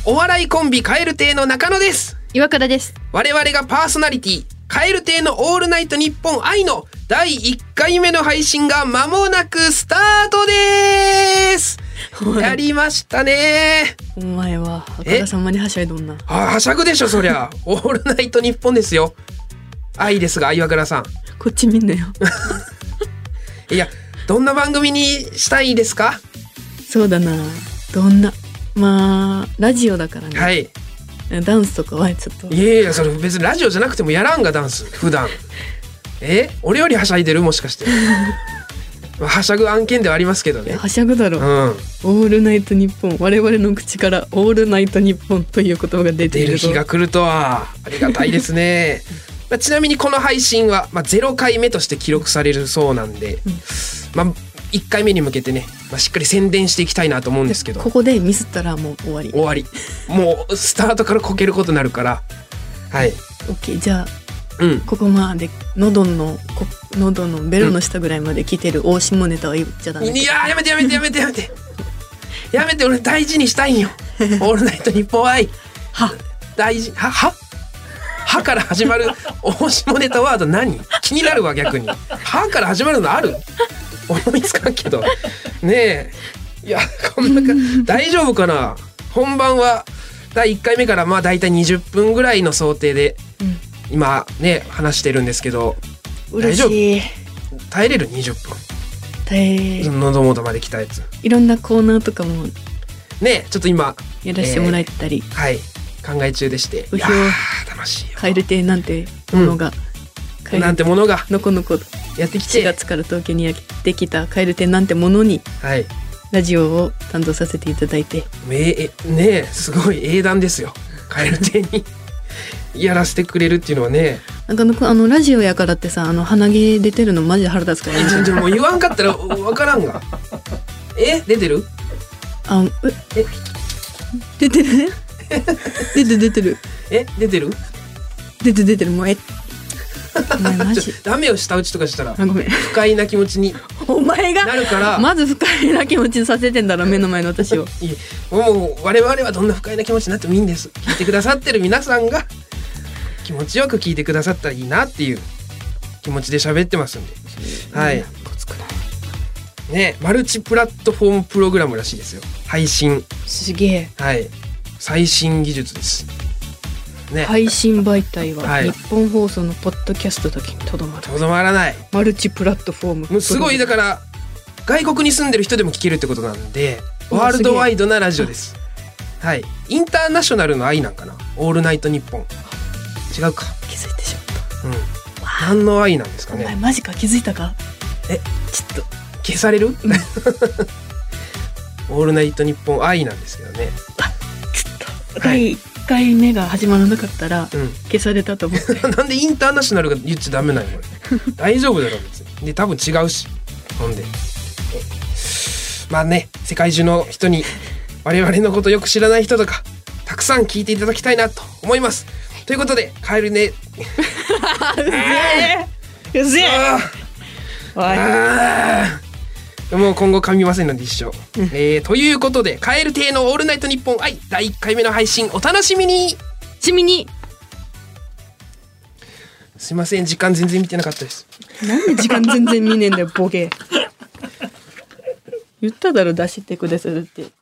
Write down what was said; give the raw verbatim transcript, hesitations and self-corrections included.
お笑いコンビ蛙亭の中野です。 岩倉です。 我々がパーソナリティ蛙亭のオールナイトニッポン愛のだいいっかいめの配信が間もなくスタートです。やりましたね。 お前はあからさまにはしゃいどんな。 あはしゃぐでしょそりゃオールナイトニッポンですよ。愛ですが岩倉さんこっち見んなよいやどんな番組にしたいですか。 そうだな、どんな、まあラジオだからね。 はい。 ダンスとかはちょっと。 いやいやそれ別にラジオじゃなくてもやらんがダンス普段え俺よりはしゃいでるもしかしてまあはしゃぐ案件ではありますけどね。 はしゃぐだろう、 うん、 オールナイトニッポン、我々の口からオールナイトニッポンという言葉が出ている出る日が来るとはありがたいですねまあちなみにこの配信は、まあ、ゼロかいめとして記録されるそうなんで、うん、まあいっかいめに向けてね、まあ、しっかり宣伝していきたいなと思うんですけど、 ここでミスったらもう終わり終わりもうスタートからこけることになるからはい OK。 じゃあ、 うん、 ここまで喉の喉のベロの下ぐらいまで来てる大下ネタは言っちゃダメ。 いややめてやめてやめてやめてやめて俺大事にしたいんよオールナイトニッポン愛は大事はははから始まる大下ネタワード何気になるわ逆にはから始まるのある思いつかんけどねえ。いやこんなか大丈夫かな。本番はだいいっかいめからまあだいたいにじゅっぷんぐらいの想定で今ね話してるんですけど、 嬉しい。 耐えれるにじゅっぷん耐えれる。 喉元まで来たやついろんなコーナーとかもねちょっと今やらせてもらえたり、 えー、はい考え中でして、 うひょ楽しいよ。 蛙亭なんてものが、 うん、なんてものがのこのこやってきてしがつから東京にやってきた蛙亭なんてものに、 はい、 ラジオを担当させていただいて、 えねすごい英断ですよ蛙亭にやらせてくれるっていうのはね。 なんかあのラジオやからってさ、あの鼻毛出てるのマジで腹立つからやめて。 もう言わんかったら分からんがえ出てるあええ出てる出て出てるえ出てる出て出てるもうえお前マジダメよ舌打ちとかしたらごめん不快な気持ちにお前がなるからまず不快な気持ちにさせてんだろ目の前の私をいいもう我々はどんな不快な気持ちになってもいいんです。聞いてくださってる皆さんが気持ちよく聞いてくださったらいいなっていう気持ちで喋ってますんで、はいね、マルチプラットフォームプログラムらしいですよ配信。 すげえ、 はい、最新技術です、ね、 配信媒体ははい日本放送のポッドキャストだけにとどまる。 とどまらないマルチプラットフォーム。 もうすごいだから外国に住んでる人でも聞けるってことなんでワールドワイドなラジオです。はい、インターナショナルの愛なんかな。オールナイトニッポン違うか。 気づいてしまった。 うん、何の愛なんですかお前ね。 マジか気づいたか。 えちょっと消されるオールナイトニッポン愛なんですけどね。 ちょっとだいいっかいめが始まらなかったら、 うん、 消されたと思ってなんでインターナショナルが言っちゃダメなんよこれ大丈夫だろ別に。で多分違うしほんでまあね世界中の人に我々のことよく知らない人とかたくさん聞いていただきたいなと思います。ということでカエルねうぜえうぜえおいもう今後噛みませんので一生、うんえー、ということで蛙亭のオールナイトニッポン愛だいいっかいめの配信お楽しみにしみに。 すいません時間全然見てなかったです。 なんで時間全然見ねえんだよボケ言っただろ出してくださるって。